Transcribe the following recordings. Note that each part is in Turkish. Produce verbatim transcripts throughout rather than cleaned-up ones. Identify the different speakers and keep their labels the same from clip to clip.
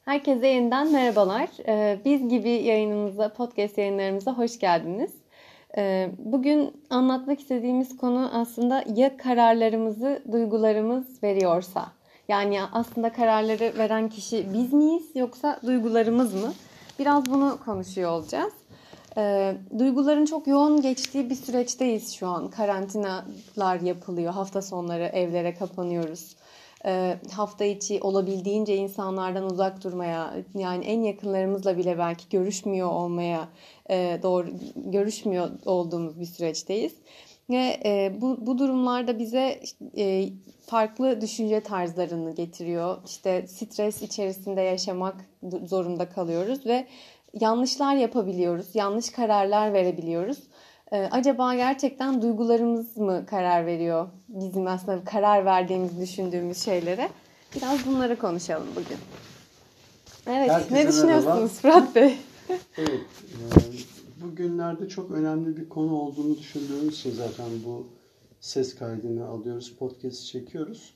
Speaker 1: Herkese yeniden merhabalar. Ee, Biz gibi yayınımıza, podcast yayınlarımıza hoş geldiniz. Ee, Bugün anlatmak istediğimiz konu aslında ya kararlarımızı duygularımız veriyorsa. Yani aslında kararları veren kişi biz miyiz yoksa duygularımız mı? Biraz bunu konuşuyor olacağız. Ee, duyguların çok yoğun geçtiği bir süreçteyiz şu an. Karantinalar yapılıyor. Hafta sonları evlere kapanıyoruz. Ee, hafta içi olabildiğince insanlardan uzak durmaya, yani en yakınlarımızla bile belki görüşmüyor olmaya e, doğru görüşmüyor olduğumuz bir süreçteyiz. Ve e, bu, bu durumlarda bize e, farklı düşünce tarzlarını getiriyor. İşte stres içerisinde yaşamak zorunda kalıyoruz ve yanlışlar yapabiliyoruz, yanlış kararlar verebiliyoruz. Ee, acaba gerçekten duygularımız mı karar veriyor bizim aslında karar verdiğimiz, düşündüğümüz şeylere? Biraz bunları konuşalım bugün. Evet,
Speaker 2: Herkese
Speaker 1: ne düşünüyorsunuz
Speaker 2: merhaba.
Speaker 1: Fırat Bey?
Speaker 2: Evet, e, bugünlerde çok önemli bir konu olduğunu düşündüğümüz için zaten bu ses kaydını alıyoruz, podcast çekiyoruz.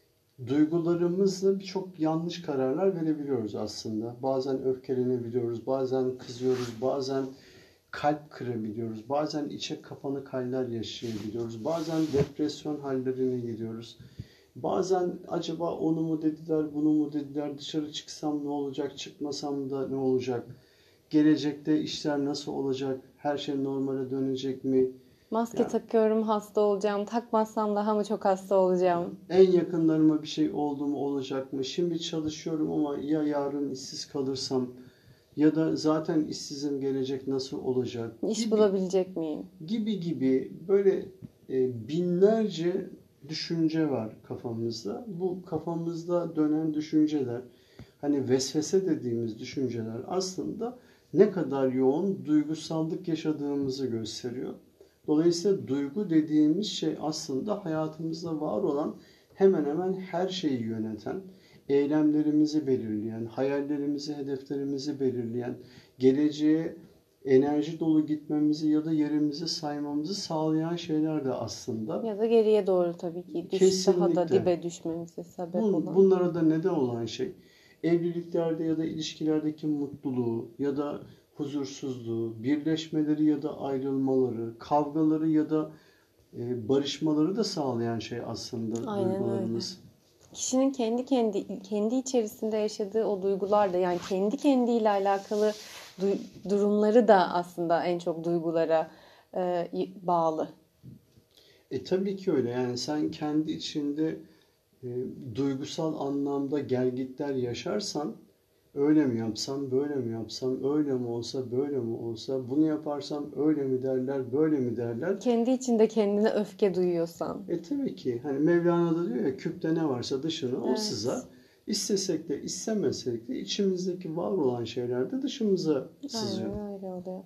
Speaker 2: Duygularımızla birçok yanlış kararlar verebiliyoruz aslında. Bazen öfkelenebiliyoruz, bazen kızıyoruz, bazen kalp kırabiliyoruz, bazen içe kapanık haller yaşayabiliyoruz, bazen depresyon hallerine giriyoruz. Bazen acaba onu mu dediler, bunu mu dediler, dışarı çıksam ne olacak, çıkmasam da ne olacak, gelecekte işler nasıl olacak, her şey normale dönecek mi?
Speaker 1: Maske
Speaker 2: Yani
Speaker 1: takıyorum, hasta olacağım. Takmazsam daha mı çok hasta olacağım?
Speaker 2: en yakınlarıma bir şey oldu mu, olacak mı? Şimdi çalışıyorum ama ya yarın işsiz kalırsam ya da zaten işsizim, gelecek nasıl olacak
Speaker 1: İş
Speaker 2: gibi
Speaker 1: bulabilecek miyim?
Speaker 2: gibi gibi böyle e, binlerce düşünce var kafamızda. Bu kafamızda dönen düşünceler, hani vesvese dediğimiz düşünceler aslında ne kadar yoğun duygusallık yaşadığımızı gösteriyor. Dolayısıyla duygu dediğimiz şey aslında hayatımızda var olan hemen hemen her şeyi yöneten, eylemlerimizi belirleyen, hayallerimizi, hedeflerimizi belirleyen, geleceğe enerji dolu gitmemizi ya da yerimizi saymamızı sağlayan şeyler de aslında.
Speaker 1: Ya da geriye doğru tabii ki düş, daha da
Speaker 2: Kesinlikle.
Speaker 1: dibe düşmemize sebep
Speaker 2: Bun,
Speaker 1: olan.
Speaker 2: bunlara da neden olan şey evliliklerde ya da ilişkilerdeki mutluluğu ya da huzursuzluğu, birleşmeleri ya da ayrılmaları, kavgaları ya da e, barışmaları da sağlayan şey aslında
Speaker 1: Aynen öyle.
Speaker 2: duygularımız.
Speaker 1: Kişinin kendi kendi kendi içerisinde yaşadığı o duygular da, yani kendi kendiyle alakalı du- durumları da aslında en çok duygulara e, bağlı.
Speaker 2: E tabii ki öyle. Yani sen kendi içinde e, duygusal anlamda gelgitler yaşarsan, öyle mi yapsam, böyle mi yapsam, öyle mi olsa, böyle mi olsa, bunu yaparsam öyle mi derler, böyle mi derler.
Speaker 1: Kendi içinde kendine öfke duyuyorsan.
Speaker 2: E tabii ki hani Mevlana da diyor ya, küpte ne varsa dışına o
Speaker 1: Evet.
Speaker 2: sızar. İstesek de istemesek de içimizdeki var olan şeyler de dışımıza sızıyor.
Speaker 1: Aynen öyle oluyor.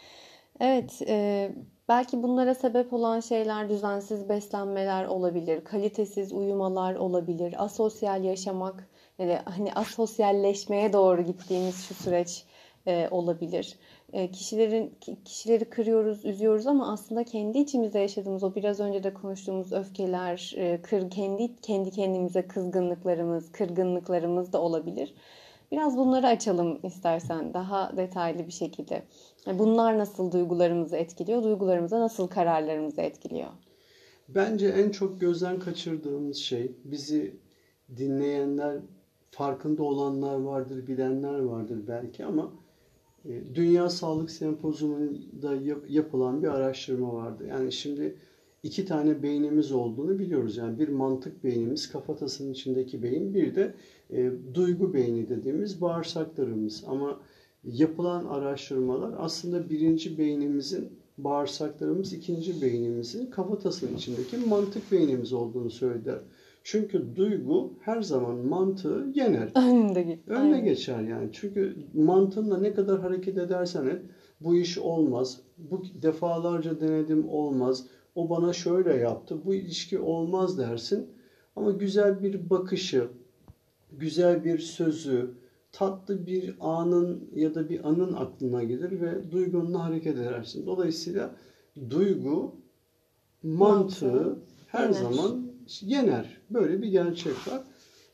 Speaker 1: Evet, e, belki bunlara sebep olan şeyler düzensiz beslenmeler olabilir, kalitesiz uyumalar olabilir, asosyal yaşamak ya da hani asosyalleşmeye doğru gittiğimiz şu süreç e, olabilir. E, kişilerin kişileri kırıyoruz, üzüyoruz ama aslında kendi içimizde yaşadığımız o biraz önce de konuştuğumuz öfkeler, e, kır, kendi kendi kendimize kızgınlıklarımız, kırgınlıklarımız da olabilir. Biraz bunları açalım istersen daha detaylı bir şekilde. Bunlar nasıl duygularımızı etkiliyor? Duygularımıza nasıl kararlarımızı etkiliyor?
Speaker 2: Bence en çok gözden kaçırdığımız şey, bizi dinleyenler, farkında olanlar vardır, bilenler vardır belki ama e, Dünya Sağlık Sempozyumu'nda yap- yapılan bir araştırma vardı. Yani şimdi iki tane beynimiz olduğunu biliyoruz. Yani bir mantık beynimiz, kafatasının içindeki beyin, bir de e, duygu beyni dediğimiz bağırsaklarımız. Ama yapılan araştırmalar aslında birinci beynimizin bağırsaklarımız, ikinci beynimizin kafatasının içindeki mantık beynimiz olduğunu söylediler. Çünkü duygu her zaman mantığı yener.
Speaker 1: Önde git.
Speaker 2: Önüne
Speaker 1: Aynen.
Speaker 2: geçer yani. Çünkü mantığınla ne kadar hareket edersen et, bu iş olmaz. Bu defalarca denedim, olmaz. O bana şöyle yaptı, bu ilişki olmaz dersin. Ama güzel bir bakışı, güzel bir sözü, tatlı bir anın ya da bir anın aklına gelir ve duygunla hareket edersin. Dolayısıyla duygu mantığı
Speaker 1: Mantığı
Speaker 2: her
Speaker 1: yener.
Speaker 2: zaman yener. Böyle bir gerçek var.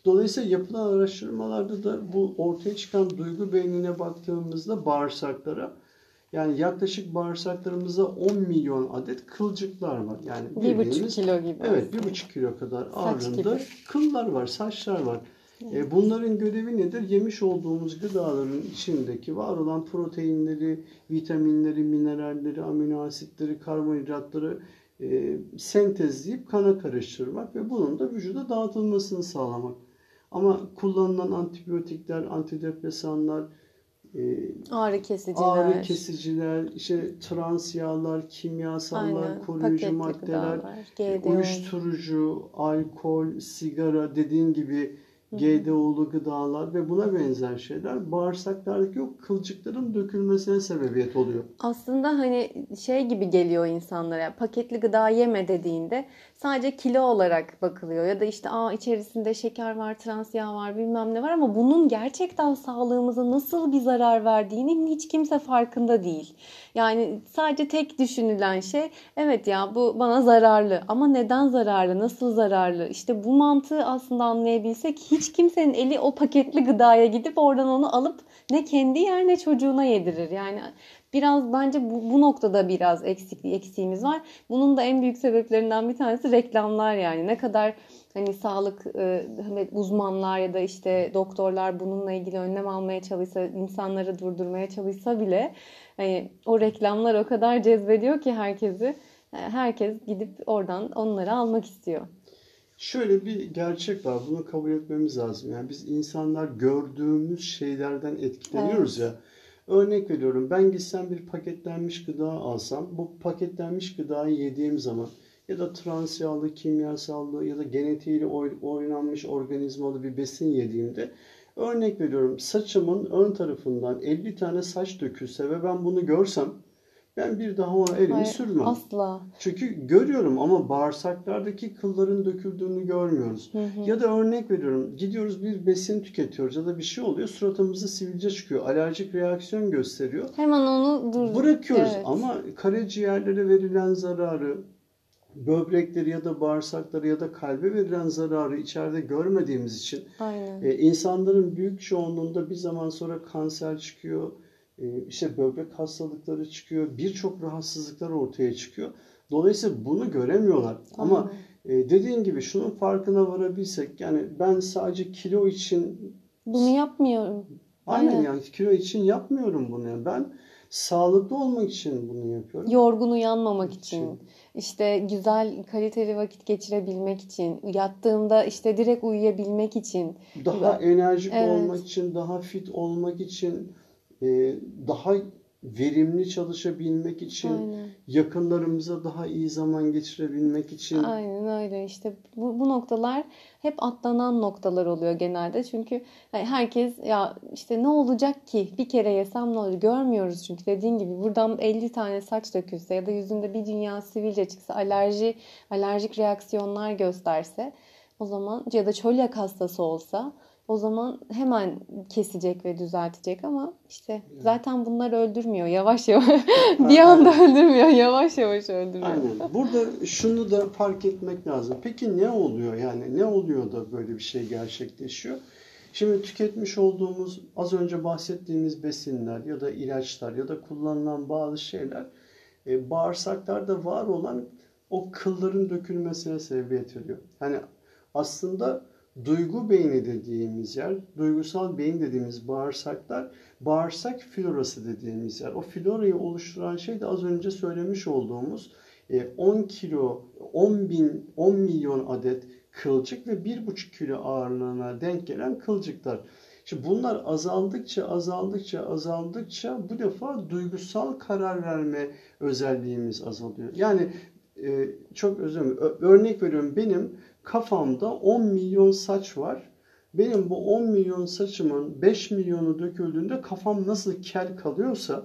Speaker 2: Dolayısıyla yapılan araştırmalarda da bu ortaya çıkan duygu beynine baktığımızda bağırsaklara, yani yaklaşık bağırsaklarımızda on milyon adet kılcıklar var. Yani
Speaker 1: bir buçuk
Speaker 2: bildiğimiz,
Speaker 1: kilo gibi.
Speaker 2: evet, bir buçuk kilo kadar
Speaker 1: Saç
Speaker 2: ağırlığında
Speaker 1: gibi.
Speaker 2: kıllar var, saçlar var.
Speaker 1: Evet.
Speaker 2: E, bunların görevi nedir? Yemiş olduğumuz gıdaların içindeki var olan proteinleri, vitaminleri, mineralleri, amino asitleri, karbonhidratları e, sentezleyip kana karıştırmak ve bunun da vücuda dağıtılmasını sağlamak. Ama kullanılan antibiyotikler, antidepresanlar, e,
Speaker 1: Ağrı kesiciler.
Speaker 2: ağrı kesiciler, işte trans yağlar, kimyasallar,
Speaker 1: Aynen.
Speaker 2: koruyucu
Speaker 1: Paketli
Speaker 2: maddeler,
Speaker 1: gıdalar, G D O.
Speaker 2: uyuşturucu, alkol, sigara, dediğin gibi G D O'lu gıdalar ve buna benzer şeyler bağırsaklardaki o kılcıkların dökülmesine sebebiyet oluyor.
Speaker 1: Aslında hani şey gibi geliyor insanlara, paketli gıda yeme dediğinde sadece kilo olarak bakılıyor ya da işte aa içerisinde şeker var, trans yağ var, bilmem ne var, ama bunun gerçekten sağlığımıza nasıl bir zarar verdiğinin hiç kimse farkında değil. Yani sadece tek düşünülen şey, evet ya bu bana zararlı, ama neden zararlı, nasıl zararlı? İşte bu mantığı aslında anlayabilsek hiç kimsenin eli o paketli gıdaya gidip oradan onu alıp ne kendi yer ne çocuğuna yedirir. Yani biraz bence bu, bu noktada biraz eksik, eksiğimiz var. Bunun da en büyük sebeplerinden bir tanesi reklamlar yani. Ne kadar hani sağlık e, hani uzmanlar ya da işte doktorlar bununla ilgili önlem almaya çalışsa, insanları durdurmaya çalışsa bile hani o reklamlar o kadar cezbediyor ki herkesi. Herkes gidip oradan onları almak istiyor.
Speaker 2: Şöyle bir gerçek var. Bunu kabul etmemiz lazım. Yani biz insanlar gördüğümüz şeylerden etkileniyoruz
Speaker 1: Evet.
Speaker 2: ya. Örnek veriyorum. Ben gitsem bir paketlenmiş gıda alsam, bu paketlenmiş gıdayı yediğim zaman ya da trans yağlı, kimyasallı ya da genetiğiyle oy- oynanmış organizmalı bir besin yediğimde, örnek veriyorum, saçımın ön tarafından elli tane saç dökülse ve ben bunu görsem, ben bir daha o elimi
Speaker 1: Hayır,
Speaker 2: sürmem.
Speaker 1: asla.
Speaker 2: Çünkü görüyorum ama bağırsaklardaki kılların döküldüğünü görmüyoruz.
Speaker 1: Hı hı.
Speaker 2: Ya da örnek veriyorum, gidiyoruz bir besin tüketiyoruz ya da bir şey oluyor, suratımızda sivilce çıkıyor, alerjik reaksiyon gösteriyor.
Speaker 1: Hemen onu dur.
Speaker 2: Bırakıyoruz
Speaker 1: Evet.
Speaker 2: ama karaciğerlere verilen zararı, böbrekleri ya da bağırsakları ya da kalbe verilen zararı içeride görmediğimiz için
Speaker 1: Aynen.
Speaker 2: e, insanların büyük çoğunluğunda bir zaman sonra kanser çıkıyor, e, işte böbrek hastalıkları çıkıyor, birçok rahatsızlıklar ortaya çıkıyor. Dolayısıyla bunu göremiyorlar. Ama
Speaker 1: Aynen.
Speaker 2: e, dediğin gibi şunun farkına varabilsek, yani ben sadece kilo için,
Speaker 1: Bunu yapmıyorum.
Speaker 2: aynen,
Speaker 1: Aynen.
Speaker 2: yani kilo için yapmıyorum bunu. Yani ben sağlıklı olmak için bunu yapıyorum.
Speaker 1: Yorgun uyanmamak için,
Speaker 2: için.
Speaker 1: işte güzel, kaliteli vakit geçirebilmek için, yattığımda işte direkt uyuyabilmek için.
Speaker 2: Daha enerjik
Speaker 1: Evet.
Speaker 2: olmak için, daha fit olmak için, e, daha verimli çalışabilmek için,
Speaker 1: Aynen.
Speaker 2: yakınlarımıza daha iyi zaman geçirebilmek için.
Speaker 1: Aynen öyle. İşte bu, bu noktalar hep atlanan noktalar oluyor genelde. Çünkü hani herkes ya işte ne olacak ki, bir kere yesem ne olur, görmüyoruz çünkü dediğin gibi buradan elli tane saç dökülse ya da yüzünde bir dünya sivilce çıksa, alerji alerjik reaksiyonlar gösterse, o zaman ya da çölyak hastası olsa, o zaman hemen kesecek ve düzeltecek, ama işte zaten bunlar öldürmüyor. Yavaş yavaş bir anda öldürmüyor. Yavaş yavaş öldürüyor.
Speaker 2: Aynen. Burada şunu da fark etmek lazım. Peki ne oluyor? Yani ne oluyor da böyle bir şey gerçekleşiyor? Şimdi tüketmiş olduğumuz, az önce bahsettiğimiz besinler ya da ilaçlar ya da kullanılan bazı şeyler e, bağırsaklarda var olan o kılların dökülmesine sebebiyet veriyor. Yani aslında duygu beyni dediğimiz yer, duygusal beyin dediğimiz bağırsaklar, bağırsak florası dediğimiz yer. O florayı oluşturan şey de az önce söylemiş olduğumuz on kilo, on bin, on milyon adet kılcık ve bir buçuk kilo ağırlığına denk gelen kılcıklar. Şimdi bunlar azaldıkça, azaldıkça, azaldıkça bu defa duygusal karar verme özelliğimiz azalıyor. Yani e, çok özür dilerim. Örnek veriyorum, benim kafamda on milyon saç var. Benim bu on milyon saçımın beş milyonu döküldüğünde kafam nasıl kel kalıyorsa,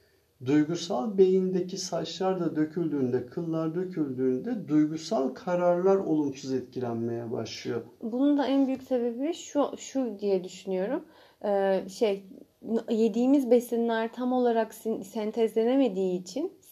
Speaker 2: duygusal beyindeki saçlar da döküldüğünde, kıllar döküldüğünde duygusal kararlar olumsuz etkilenmeye başlıyor.
Speaker 1: Bunun da en büyük sebebi şu şu diye düşünüyorum. Ee, şey yediğimiz besinler tam olarak sentezlenemediği için,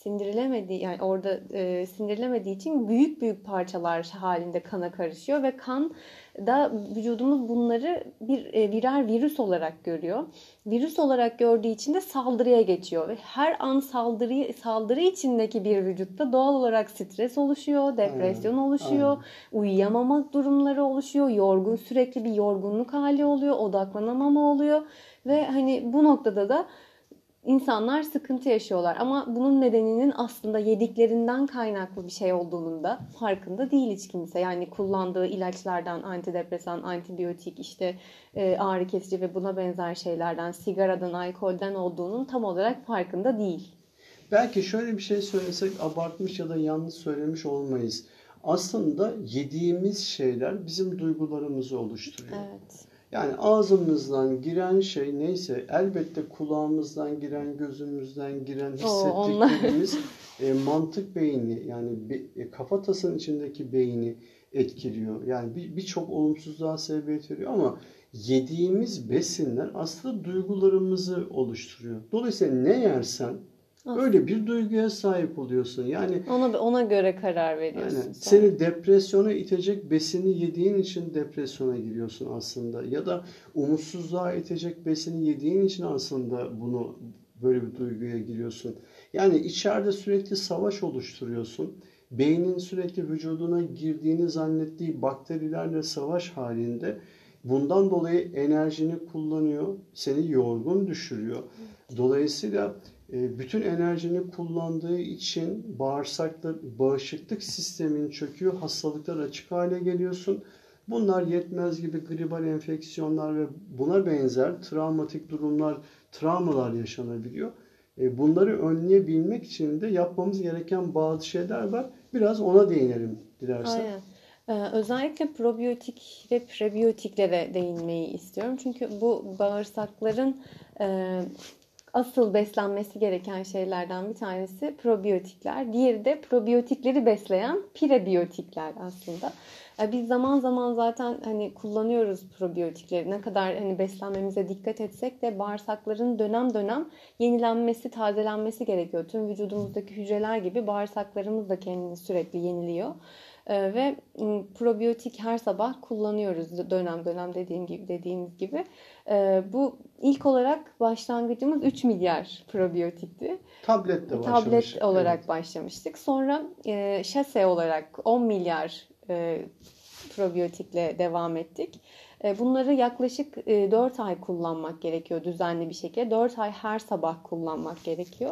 Speaker 1: sindirilemediği yani orada e, sindirilemediği için büyük büyük parçalar halinde kana karışıyor ve kan da vücudumuz bunları bir e, birer virüs olarak görüyor. Virüs olarak gördüğü için de saldırıya geçiyor ve her an saldırı saldırı içindeki bir vücutta doğal olarak stres oluşuyor, depresyon
Speaker 2: Aynen,
Speaker 1: oluşuyor,
Speaker 2: aynen.
Speaker 1: uyuyamamak durumları oluşuyor, yorgun sürekli bir yorgunluk hali oluyor, odaklanamama oluyor ve hani bu noktada da İnsanlar sıkıntı yaşıyorlar ama bunun nedeninin aslında yediklerinden kaynaklı bir şey olduğunun da farkında değil hiç kimse. Yani kullandığı ilaçlardan, antidepresan, antibiyotik, işte e, ağrı kesici ve buna benzer şeylerden, sigaradan, alkolden olduğunun tam olarak farkında değil.
Speaker 2: Belki şöyle bir şey söylesek abartmış ya da yanlış söylemiş olmayız. Aslında yediğimiz şeyler bizim duygularımızı oluşturuyor.
Speaker 1: Evet.
Speaker 2: Yani ağzımızdan giren şey neyse elbette kulağımızdan giren, gözümüzden giren hissettiklerimiz e, mantık beyni yani be, e, kafatasının içindeki beyni etkiliyor. Yani birçok bir olumsuzluğa sebebiyet veriyor ama yediğimiz besinler aslında duygularımızı oluşturuyor. Dolayısıyla ne yersen aslında öyle bir duyguya sahip oluyorsun. Yani
Speaker 1: ona ona göre karar veriyorsun.
Speaker 2: Yani seni depresyona itecek besini yediğin için depresyona giriyorsun aslında. Ya da umutsuzluğa itecek besini yediğin için aslında bunu böyle bir duyguya giriyorsun. Yani içeride sürekli savaş oluşturuyorsun. Beynin sürekli vücuduna girdiğini zannettiği bakterilerle savaş halinde. Bundan dolayı enerjini kullanıyor, seni yorgun düşürüyor. Dolayısıyla bütün enerjini kullandığı için bağırsaklar, bağışıklık sistemin çöküyor, hastalıklar açık hale geliyorsun. Bunlar yetmez gibi gribal enfeksiyonlar ve buna benzer travmatik durumlar, travmalar yaşanabiliyor. Bunları önleyebilmek için de yapmamız gereken bazı şeyler var. Biraz ona değinelim dilersen.
Speaker 1: Aynen. Ee, özellikle probiyotik ve prebiyotiklere değinmeyi istiyorum. Çünkü bu bağırsakların e, asıl beslenmesi gereken şeylerden bir tanesi probiyotikler. Diğeri de probiyotikleri besleyen prebiyotikler aslında. Biz zaman zaman zaten hani kullanıyoruz probiyotikleri. Ne kadar hani beslenmemize dikkat etsek de bağırsakların dönem dönem yenilenmesi, tazelenmesi gerekiyor. Tüm vücudumuzdaki hücreler gibi bağırsaklarımız da kendini sürekli yeniliyor. Ee, ve probiyotik her sabah kullanıyoruz dönem dönem dediğim gibi dediğimiz gibi. Ee, bu ilk olarak başlangıcımız üç milyar probiyotikti.
Speaker 2: Tabletle
Speaker 1: başlamıştık. Tablet olarak
Speaker 2: evet.
Speaker 1: başlamıştık. Sonra e, şase olarak on milyar e, probiyotikle devam ettik. E, bunları yaklaşık e, dört ay kullanmak gerekiyor düzenli bir şekilde. dört ay her sabah kullanmak gerekiyor.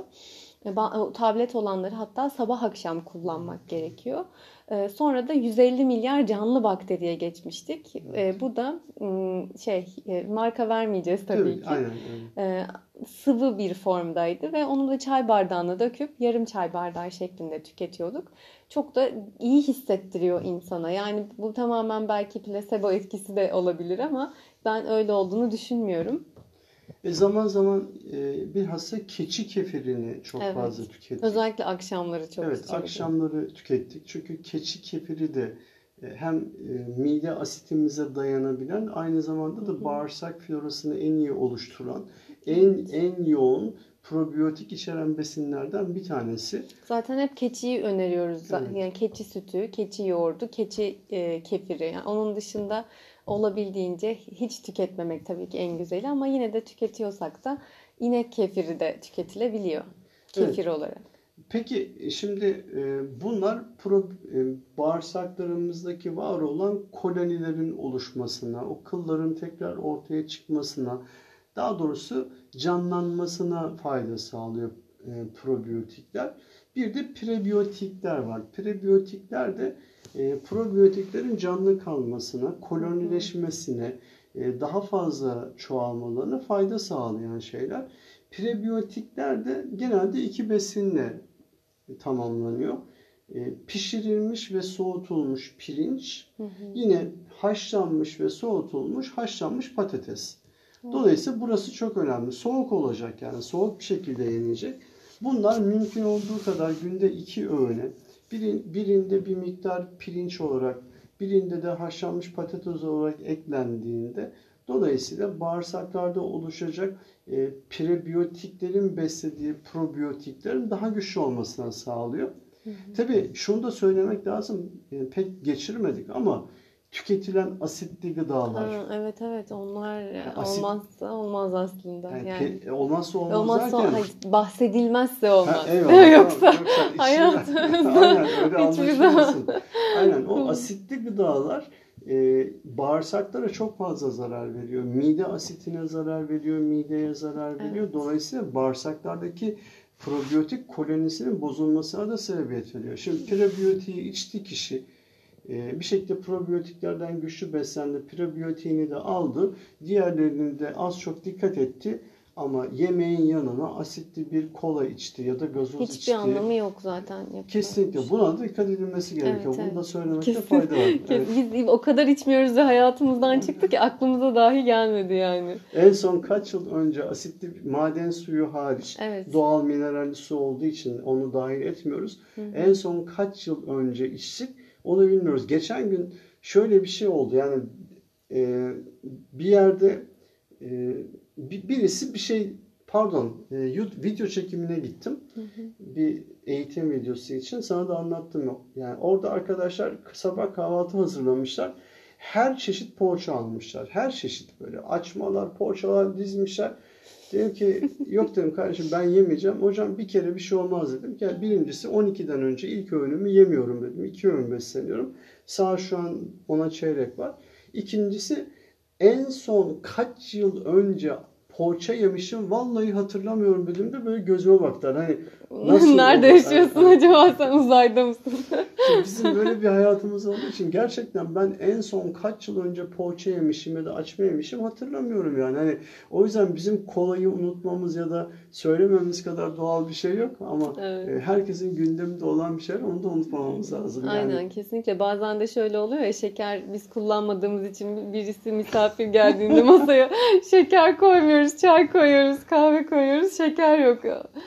Speaker 1: Tablet olanları hatta sabah akşam kullanmak gerekiyor. Sonra da yüz elli milyar canlı bakteriye geçmiştik. Evet. Bu da şey marka vermeyeceğiz tabii, tabii ki.
Speaker 2: Aynen, aynen.
Speaker 1: Sıvı bir formdaydı ve onu da çay bardağına döküp yarım çay bardağı şeklinde tüketiyorduk. Çok da iyi hissettiriyor insana. Yani bu tamamen belki plasebo etkisi de olabilir ama ben öyle olduğunu düşünmüyorum.
Speaker 2: E zaman zaman e, bilhassa keçi kefirini çok evet. fazla tükettik.
Speaker 1: Özellikle akşamları çok
Speaker 2: Evet,
Speaker 1: istiyordum.
Speaker 2: akşamları tükettik. Çünkü keçi kefiri de e, hem e, mide asitimize dayanabilen, aynı zamanda da bağırsak florasını en iyi oluşturan, en en yoğun probiyotik içeren besinlerden bir tanesi.
Speaker 1: Zaten hep keçiyi öneriyoruz.
Speaker 2: Evet.
Speaker 1: Yani keçi sütü, keçi yoğurdu, keçi e, kefiri. Yani onun dışında olabildiğince hiç tüketmemek tabii ki en güzeli ama yine de tüketiyorsak da inek kefiri de tüketilebiliyor kefir evet. olarak.
Speaker 2: Peki şimdi bunlar pro, bağırsaklarımızdaki var olan kolonilerin oluşmasına, o kılların tekrar ortaya çıkmasına, daha doğrusu canlanmasına fayda sağlıyor probiyotikler. Bir de prebiyotikler var. Prebiyotikler de E, probiyotiklerin canlı kalmasına, kolonileşmesine, e, daha fazla çoğalmalarına fayda sağlayan şeyler. Prebiyotikler de genelde iki besinle tamamlanıyor. E, pişirilmiş ve soğutulmuş pirinç, hı hı. yine haşlanmış ve soğutulmuş haşlanmış patates. Hı. Dolayısıyla burası çok önemli. Soğuk olacak, yani soğuk bir şekilde yenilecek. Bunlar mümkün olduğu kadar günde iki öğüne, birinde bir miktar pirinç olarak, birinde de haşlanmış patates olarak eklendiğinde Dolayısıyla bağırsaklarda oluşacak e, prebiyotiklerin beslediği probiyotiklerin daha güçlü olmasına sağlıyor. Hı hı. Tabii şunu da söylemek lazım. E, pek geçirmedik ama tüketilen asitli gıdalar.
Speaker 1: Ha, evet evet onlar
Speaker 2: Asit,
Speaker 1: olmazsa olmaz aslında.
Speaker 2: Yani,
Speaker 1: yani
Speaker 2: pe, olmazsa olmaz
Speaker 1: olmazsa
Speaker 2: derken.
Speaker 1: Hayır, bahsedilmezse olmaz.
Speaker 2: Ha, eyvallah,
Speaker 1: yoksa
Speaker 2: tamam, yoksa
Speaker 1: hayatımızda
Speaker 2: aynen öyle anlaşılmasın.
Speaker 1: zaman...
Speaker 2: Aynen o asitli gıdalar e, bağırsaklara çok fazla zarar veriyor. Mide asitine zarar veriyor, mideye zarar veriyor. Evet. Dolayısıyla bağırsaklardaki probiyotik kolonisinin bozulmasına da sebebiyet veriyor. Şimdi prebiyotiği içti kişi. Bir şekilde probiyotiklerden güçlü beslendi. Prebiyotiğini de aldı. Diğerlerini de az çok dikkat etti. Ama yemeğin yanına asitli bir kola içti ya da gazoz
Speaker 1: Hiçbir
Speaker 2: içti.
Speaker 1: Hiçbir anlamı yok zaten.
Speaker 2: Kesinlikle. Buna da dikkat edilmesi gerekiyor.
Speaker 1: Evet,
Speaker 2: evet. Bunu da söylemekte
Speaker 1: Kesin.
Speaker 2: fayda var. Evet.
Speaker 1: Biz o kadar içmiyoruz ve hayatımızdan çıktı ki aklımıza dahi gelmedi yani.
Speaker 2: En son kaç yıl önce asitli maden suyu hariç
Speaker 1: evet.
Speaker 2: doğal mineralli su olduğu için onu dahil etmiyoruz. Hı hı. En son kaç yıl önce içtik onu bilmiyoruz. Geçen gün şöyle bir şey oldu. Yani e, bir yerde e, birisi bir şey pardon e, video çekimine gittim. Hı hı. Bir eğitim videosu için sana da anlattım. Yani orada arkadaşlar sabah kahvaltı hazırlamışlar. Her çeşit poğaça almışlar. Her çeşit böyle açmalar, poğaçalar dizmişler. Dedim ki yok dedim kardeşim ben yemeyeceğim. Hocam bir kere bir şey olmaz dedim. Yani birincisi on ikiden önce ilk öğünümü yemiyorum dedim. İki öğün besleniyorum. Saat şu an ona çeyrek var. İkincisi en son kaç yıl önce poğaça yemişim vallahi hatırlamıyorum dediğimde böyle gözüme baktılar. Hani
Speaker 1: nasıl nerede oldu? yaşıyorsun yani, acaba sen uzayda mısın?
Speaker 2: Bizim böyle bir hayatımız olduğu için gerçekten ben en son kaç yıl önce poğaça yemişim ya da açma yemişim hatırlamıyorum yani. Hani o yüzden bizim kolayı unutmamız ya da söylememiz kadar doğal bir şey yok ama evet. herkesin gündeminde olan bir şey onu da unutmamamız lazım. Yani.
Speaker 1: Aynen kesinlikle. Bazen de şöyle oluyor ya şeker biz kullanmadığımız için birisi misafir geldiğinde masaya şeker koymuyoruz, çay koyuyoruz, kahve koyuyoruz, şeker yok.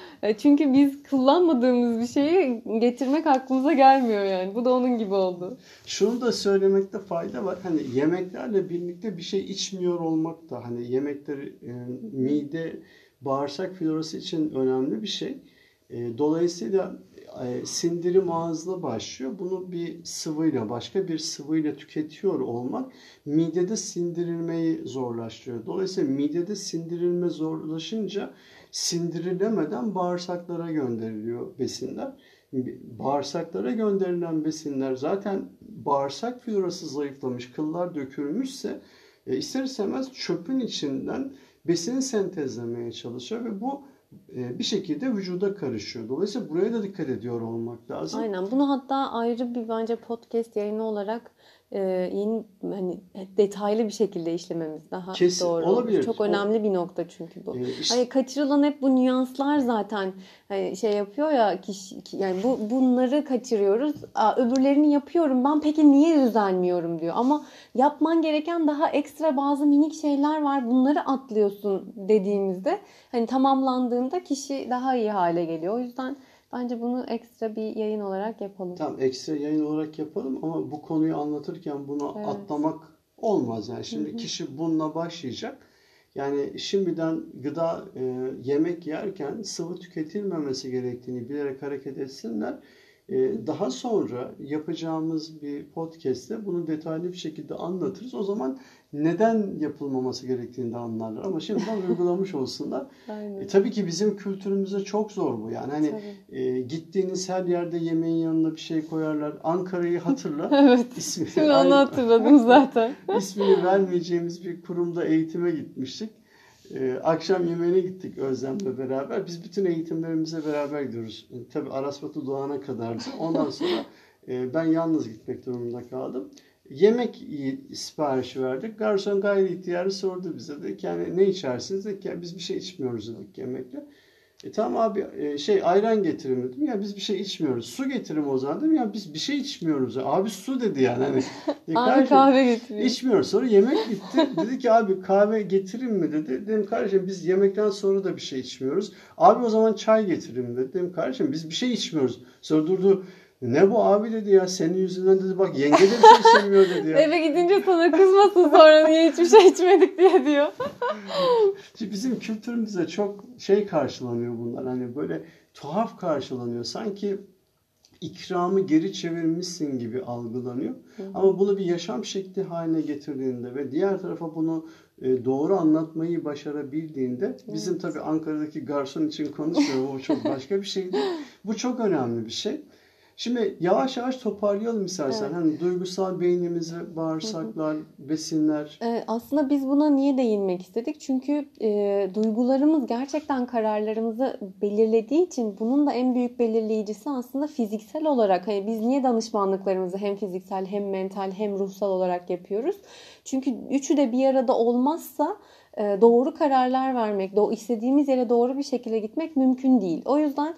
Speaker 1: Çünkü biz kullanmadığımız bir şeyi getirmek aklımıza gelmiyor yani. Bu da onun gibi oldu.
Speaker 2: Şunu da söylemekte fayda var. Hani yemeklerle birlikte bir şey içmiyor olmak da hani yemekleri e, mide, bağırsak florası için önemli bir şey. E, dolayısıyla e, sindirim ağızla başlıyor. Bunu bir sıvıyla, başka bir sıvıyla tüketiyor olmak midede sindirilmeyi zorlaştırıyor. Dolayısıyla midede sindirilme zorlaşınca sindirilemeden bağırsaklara gönderiliyor besinler. Bağırsaklara gönderilen besinler zaten bağırsak florası zayıflamış, kıllar dökülmüşse e, ister istemez çöpün içinden besini sentezlemeye çalışıyor ve bu e, bir şekilde vücuda karışıyor. Dolayısıyla buraya da dikkat ediyor olmak lazım.
Speaker 1: Aynen. Bunu hatta ayrı bir bence podcast yayını olarak e, yeni hani detaylı bir şekilde işlememiz daha
Speaker 2: Kesin,
Speaker 1: doğru.
Speaker 2: Olabilir.
Speaker 1: Çok önemli o, bir nokta çünkü bu.
Speaker 2: E, işte,
Speaker 1: hani kaçırılan hep bu nüanslar zaten hani şey yapıyor ya kişi yani bu bunları kaçırıyoruz. Aa, öbürlerini yapıyorum. Ben peki niye düzenliyorum diyor. Ama yapman gereken daha ekstra bazı minik şeyler var. Bunları atlıyorsun dediğimizde hani tamamlandığında kişi daha iyi hale geliyor. O yüzden bence bunu ekstra bir yayın olarak yapalım.
Speaker 2: Tamam ekstra yayın olarak yapalım ama bu konuyu anlatırken bunu evet. atlamak olmaz. Yani şimdi hı hı. kişi bununla başlayacak. Yani şimdiden gıda e, yemek yerken sıvı tüketilmemesi gerektiğini bilerek hareket etsinler. E, daha sonra yapacağımız bir podcast'te bunu detaylı bir şekilde anlatırız. O zaman neden yapılmaması gerektiğini de anlarlar. Ama şimdiden uygulamış olsunlar. E, tabii ki bizim kültürümüzde çok zor bu. Yani hani e, gittiğiniz her yerde yemeğin yanına bir şey koyarlar. Ankara'yı hatırla.
Speaker 1: Evet. İsmi, Şimdi onu hatırladım zaten.
Speaker 2: İsmini vermeyeceğimiz bir kurumda eğitime gitmiştik. Ee, akşam yemeğine gittik Özlem'le beraber. Biz bütün eğitimlerimize beraber gidiyoruz. E, tabii Arasbatı Doğan'a kadardı. Ondan sonra e, ben yalnız gitmek durumunda kaldım. Yemek siparişi verdik. Garson gayri ihtiyarı sordu bize. Dedi ki yani ne içersiniz? Dedik ya biz bir şey içmiyoruz dedik yemekle. E tamam abi e, şey ayran getirin dedim. Ya biz bir şey içmiyoruz. Su getirin o zaman dedim. Ya biz bir şey içmiyoruz. Abi su dedi yani. Hani,
Speaker 1: abi kahve getirin.
Speaker 2: İçmiyoruz. Sonra yemek bitti. Dedi ki abi kahve getirin mi dedi. Dedim kardeşim biz yemekten sonra da bir şey içmiyoruz. Abi o zaman çay getirin dedi. Dedim kardeşim biz bir şey içmiyoruz. Sonra durdu. Ne bu abi dedi ya, senin yüzünden dedi, bak yenge de bir şey sevmiyor dedi ya.
Speaker 1: Eve gidince sana kızmasın sonra niye hiçbir şey içmedik diye diyor.
Speaker 2: Şimdi bizim kültürümüzde çok şey karşılanıyor bunlar. Hani böyle tuhaf karşılanıyor. Sanki ikramı geri çevirmişsin gibi algılanıyor. Hı hı. Ama bunu bir yaşam şekli haline getirdiğinde ve diğer tarafa bunu e, doğru anlatmayı başarabildiğinde, bizim evet. Tabii Ankara'daki garson için konuşmuyorum. O çok başka bir şeydi. Bu çok önemli bir şey. Şimdi yavaş yavaş toparlayalım istersen. Evet. Hani duygusal beynimizi, bağırsaklar, hı hı. besinler.
Speaker 1: Ee, aslında biz buna niye değinmek istedik? Çünkü e, duygularımız gerçekten kararlarımızı belirlediği için bunun da en büyük belirleyicisi aslında fiziksel olarak. Hani biz niye danışmanlıklarımızı hem fiziksel hem mental hem ruhsal olarak yapıyoruz? Çünkü üçü de bir arada olmazsa doğru kararlar vermek, istediğimiz yere doğru bir şekilde gitmek mümkün değil. O yüzden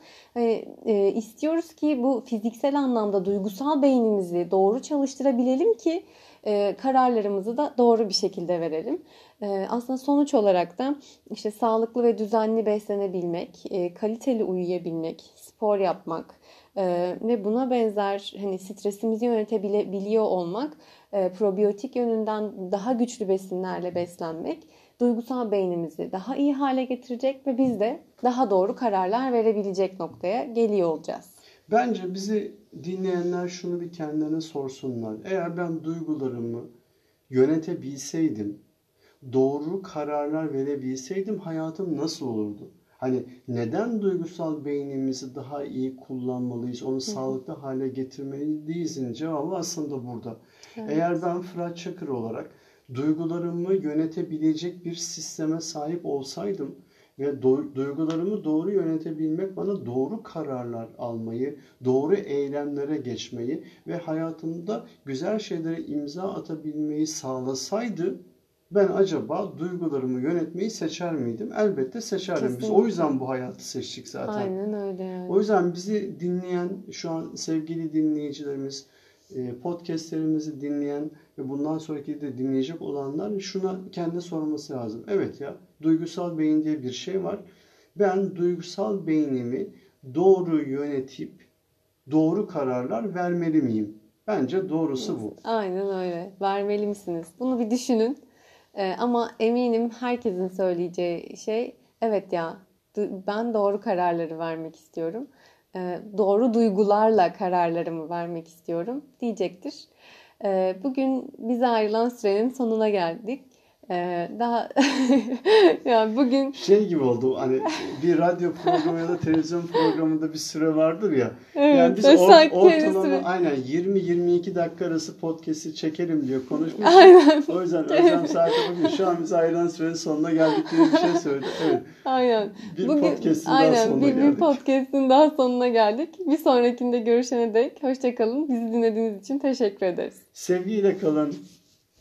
Speaker 1: e, istiyoruz ki bu fiziksel anlamda duygusal beynimizi doğru çalıştırabilelim ki e, kararlarımızı da doğru bir şekilde verelim. E, aslında sonuç olarak da işte sağlıklı ve düzenli beslenebilmek, e, kaliteli uyuyabilmek, spor yapmak e, ve buna benzer hani stresimizi yönetebiliyor olmak, e, probiyotik yönünden daha güçlü besinlerle beslenmek duygusal beynimizi daha iyi hale getirecek ve biz de daha doğru kararlar verebilecek noktaya geliyor olacağız.
Speaker 2: Bence bizi dinleyenler şunu bir kendilerine sorsunlar. Eğer ben duygularımı yönetebilseydim, doğru kararlar verebilseydim hayatım nasıl olurdu? Hani neden duygusal beynimizi daha iyi kullanmalıyız, onu Hı-hı. sağlıklı hale getirmeliyizin cevabı aslında burada. Evet. Eğer ben Fırat Çakır olarak duygularımı yönetebilecek bir sisteme sahip olsaydım ve do- duygularımı doğru yönetebilmek bana doğru kararlar almayı, doğru eylemlere geçmeyi ve hayatımda güzel şeylere imza atabilmeyi sağlasaydı, ben acaba duygularımı yönetmeyi seçer miydim? Elbette seçerdim. Kesinlikle. Biz o yüzden bu hayatı seçtik zaten.
Speaker 1: Aynen öyle yani.
Speaker 2: O yüzden bizi dinleyen, şu an sevgili dinleyicilerimiz, podcastlerimizi dinleyen ve bundan sonraki de dinleyecek olanlar şuna kendi sorması lazım. Evet ya, duygusal beyin diye bir şey var. Ben duygusal beynimi doğru yönetip doğru kararlar vermeli miyim? Bence doğrusu bu.
Speaker 1: Aynen öyle. Vermeli misiniz? Bunu bir düşünün. Ee, ama eminim herkesin söyleyeceği şey, evet ya ben doğru kararları vermek istiyorum. Doğru duygularla kararlarımı vermek istiyorum diyecektir. Bugün bize ayrılan sürenin sonuna geldik. Daha yani bugün
Speaker 2: şey gibi oldu, hani bir radyo programı ya da televizyon programında bir süre vardır ya. Evet, yani biz or, ortalama aynen yirmi yirmi iki dakika arası podcast'i çekelim diyor konuşmuştuk. Aynen. O yüzden Özlem saate bugün şu an bize ayrılan sürenin sonuna geldik diye bir şey söyledi. Evet.
Speaker 1: Aynen.
Speaker 2: Bir
Speaker 1: bugün,
Speaker 2: podcast'in
Speaker 1: aynen,
Speaker 2: daha sonuna
Speaker 1: bir,
Speaker 2: geldik.
Speaker 1: Bir podcast'in daha sonuna geldik. Bir sonrakinde görüşene dek hoşça kalın. Bizi dinlediğiniz için teşekkür ederiz.
Speaker 2: Sevgiyle kalın.